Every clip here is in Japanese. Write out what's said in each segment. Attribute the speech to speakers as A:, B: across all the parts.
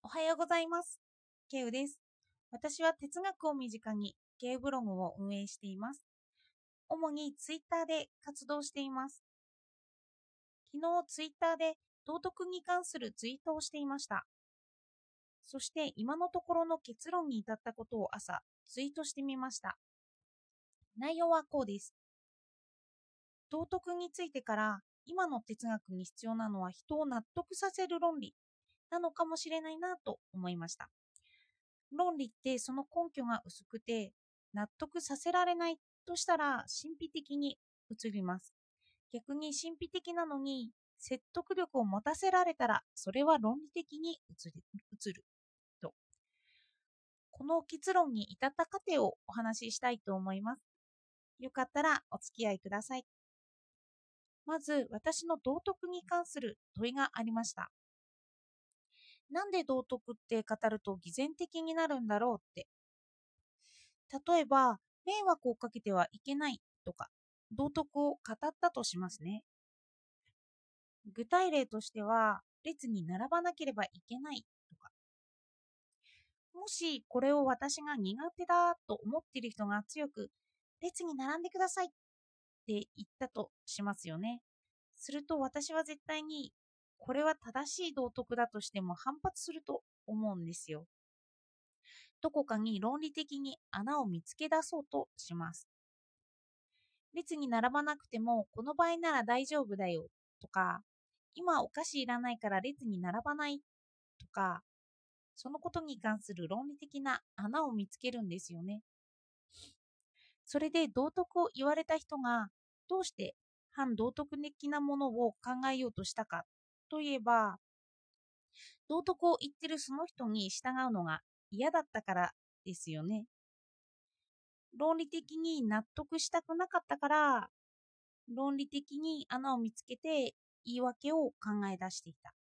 A: おはようございます。ケウです。私は哲学を身近にケウブログを運営しています。主にツイッターで活動しています。昨日ツイッターで道徳に関するツイートをしていました。そして今のところの結論に至ったことを朝ツイートしてみました。内容はこうです。道徳についてから今の哲学に必要なのは人を納得させる論理なのかもしれないなと思いました。論理ってその根拠が薄くて納得させられないとしたら神秘的に映ります。逆に神秘的なのに説得力を持たせられたらそれは論理的に映ると。この結論に至った過程をお話ししたいと思います。よかったらお付き合いください。まず私の道徳に関する問いがありました。なんで道徳って語ると偽善的になるんだろうって。例えば、迷惑をかけてはいけないとか、道徳を語ったとしますね。具体例としては、列に並ばなければいけないとか、もしこれを私が苦手だと思っている人が強く、列に並んでくださいって言ったとしますよね。すると私は絶対に、これは正しい道徳だとしても反発すると思うんですよ。どこかに論理的に穴を見つけ出そうとします。列に並ばなくてもこの場合なら大丈夫だよとか、今お菓子いらないから列に並ばないとか、そのことに関する論理的な穴を見つけるんですよね。それで道徳を言われた人がどうして反道徳的なものを考えようとしたかといえば、道徳を言ってるその人に従うのが嫌だったからですよね。論理的に納得したくなかったから、論理的に穴を見つけて言い訳を考え出していた。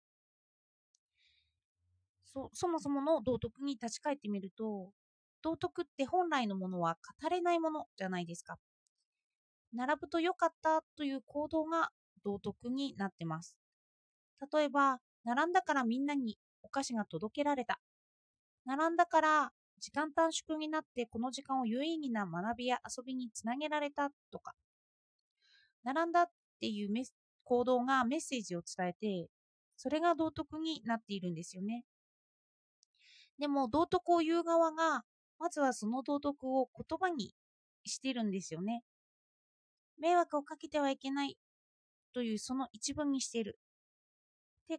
A: そもそもの道徳に立ち返ってみると、道徳って本来のものは語れないものじゃないですか。並ぶと良かったという行動が道徳になってます。例えば、並んだからみんなにお菓子が届けられた。並んだから時間短縮になってこの時間を有意義な学びや遊びにつなげられたとか、並んだっていう行動がメッセージを伝えて、それが道徳になっているんですよね。でも道徳を言う側が、まずはその道徳を言葉にしているんですよね。迷惑をかけてはいけないというその一文にしている。で、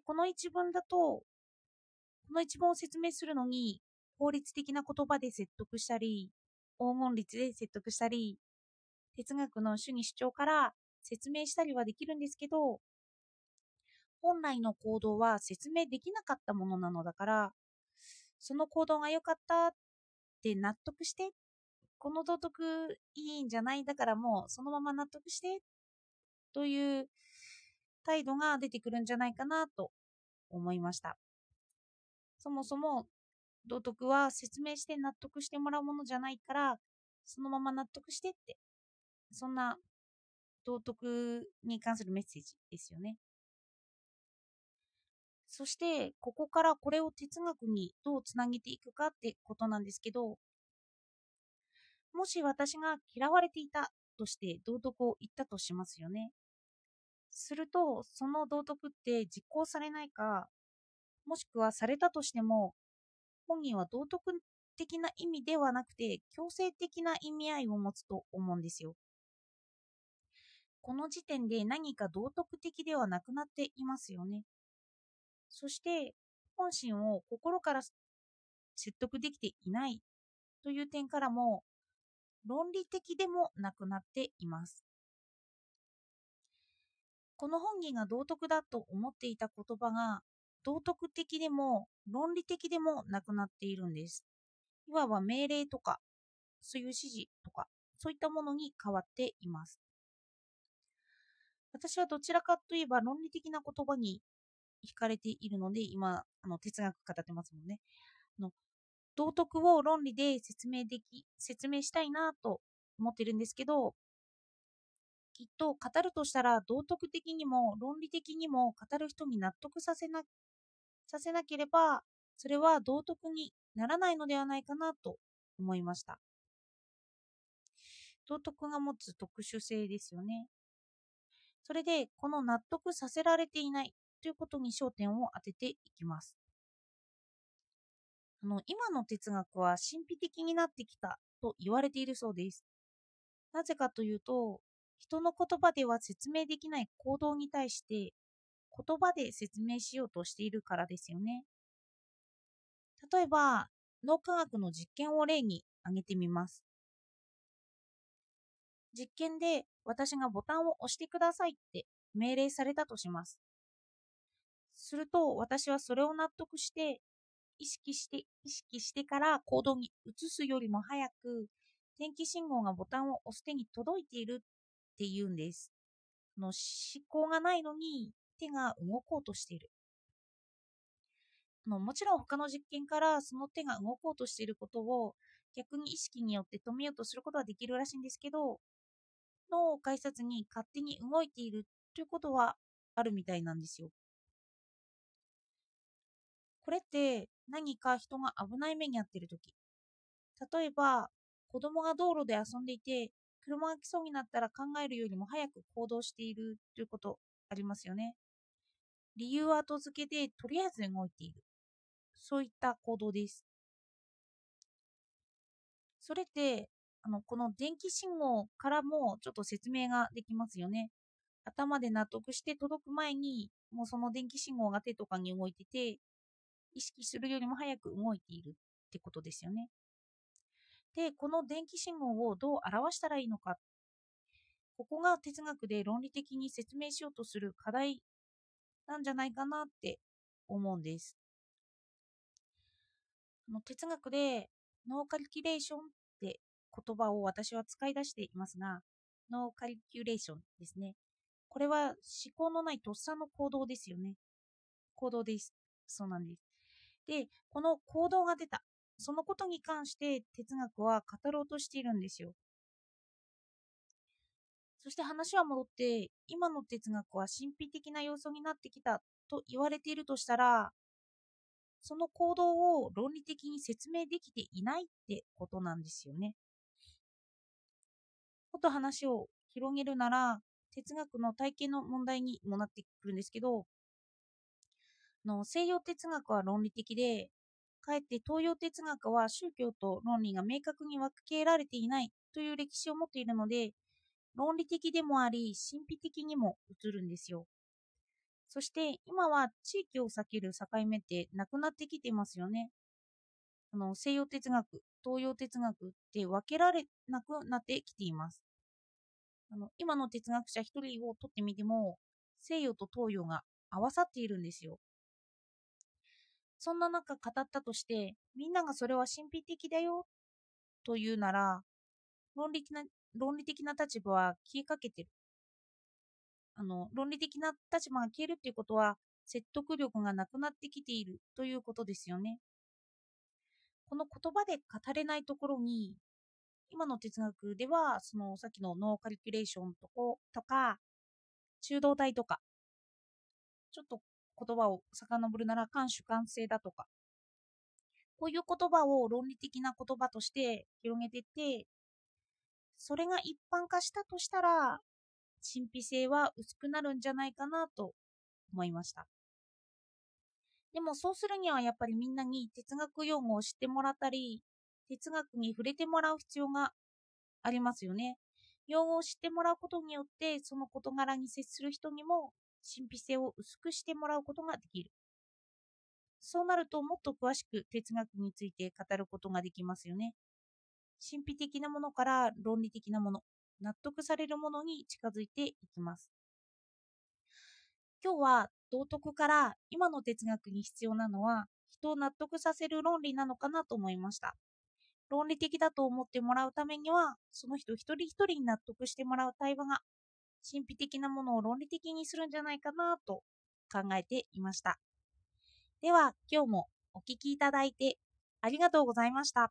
A: この一文を説明するのに、法律的な言葉で説得したり、黄金律で説得したり、哲学の主義主張から説明したりはできるんですけど、本来の行動は説明できなかったものなのだから、その行動が良かったって納得して、この道徳いいんじゃないだからもうそのまま納得してという態度が出てくるんじゃないかなと思いました。そもそも道徳は説明して納得してもらうものじゃないから、そのまま納得してって、そんな道徳に関するメッセージですよね。そして、ここからこれを哲学にどうつなげていくかってことなんですけど、もし私が嫌われていたとして道徳を言ったとしますよね。すると、その道徳って実行されないか、もしくはされたとしても、本人は道徳的な意味ではなくて、強制的な意味合いを持つと思うんですよ。この時点で何か道徳的ではなくなっていますよね。そして、本心を心から説得できていないという点からも、論理的でもなくなっています。この本人が道徳だと思っていた言葉が、道徳的でも論理的でもなくなっているんです。いわば命令とか、そういう指示とか、そういったものに変わっています。私はどちらかといえば論理的な言葉に惹かれているので、今、哲学語ってますもんね。あの道徳を論理で説明したいなと思ってるんですけど、きっと語るとしたら道徳的にも論理的にも語る人に納得させなければそれは道徳にならないのではないかなと思いました。道徳が持つ特殊性ですよね。それで、この納得させられていないということに焦点を当てていきます。今の哲学は神秘的になってきたと言われているそうです。なぜかというと、人の言葉では説明できない行動に対して言葉で説明しようとしているからですよね。例えば、脳科学の実験を例に挙げてみます。実験で私がボタンを押してくださいって命令されたとします。すると私はそれを納得して意識してから行動に移すよりも早く電気信号がボタンを押す手に届いているっていうんです。思考がないのに手が動こうとしている。もちろん他の実験からその手が動こうとしていることを逆に意識によって止めようとすることはできるらしいんですけど、脳を介さずに勝手に動いているということはあるみたいなんですよ。これって何か人が危ない目に遭っているとき、例えば子供が道路で遊んでいて車が来そうになったら考えるよりも早く行動しているということありますよね。理由は後付けでとりあえず動いている。そういった行動です。それってこの電気信号からもちょっと説明ができますよね。頭で納得して届く前にもうその電気信号が手とかに動いてて意識するよりも早く動いているってことですよね。で、この電気信号をどう表したらいいのか、ここが哲学で論理的に説明しようとする課題なんじゃないかなって思うんです。哲学でノーカリキュレーションって言葉を私は使い出していますが、ノーカリキュレーションですね。これは思考のないとっさの行動ですよね。行動です。そうなんです。で、この行動が出た。そのことに関して哲学は語ろうとしているんですよ。そして話は戻って、今の哲学は神秘的な要素になってきたと言われているとしたら、その行動を論理的に説明できていないってことなんですよね。もっと話を広げるなら、哲学の体系の問題にもなってくるんですけど、西洋哲学は論理的で、かえって東洋哲学は宗教と論理が明確に分けられていないという歴史を持っているので、論理的でもあり、神秘的にも映るんですよ。そして今は地域を避ける境目ってなくなってきてますよね。西洋哲学、東洋哲学って分けられなくなってきています。今の哲学者一人を取ってみても、西洋と東洋が合わさっているんですよ。そんな中語ったとして、みんながそれは神秘的だよというなら、論理的な論理的な立場は消えかけてる。論理的な立場が消えるということは、説得力がなくなってきているということですよね。この言葉で語れないところに、今の哲学では、そのさっきのノーカリキュレーションとか、中道体とか、ちょっと言葉を遡るなら、慣主観性だとか、こういう言葉を論理的な言葉として広げていって、それが一般化したとしたら、神秘性は薄くなるんじゃないかなと思いました。でもそうするにはやっぱりみんなに哲学用語を知ってもらったり、哲学に触れてもらう必要がありますよね。用語を知ってもらうことによって、その事柄に接する人にも神秘性を薄くしてもらうことができる。そうなるともっと詳しく哲学について語ることができますよね。神秘的なものから論理的なもの、納得されるものに近づいていきます。今日は道徳から今の哲学に必要なのは人を納得させる論理なのかなと思いました。論理的だと思ってもらうためにはその人一人一人に納得してもらう対話が神秘的なものを論理的にするんじゃないかなと考えていました。では今日もお聞きいただいてありがとうございました。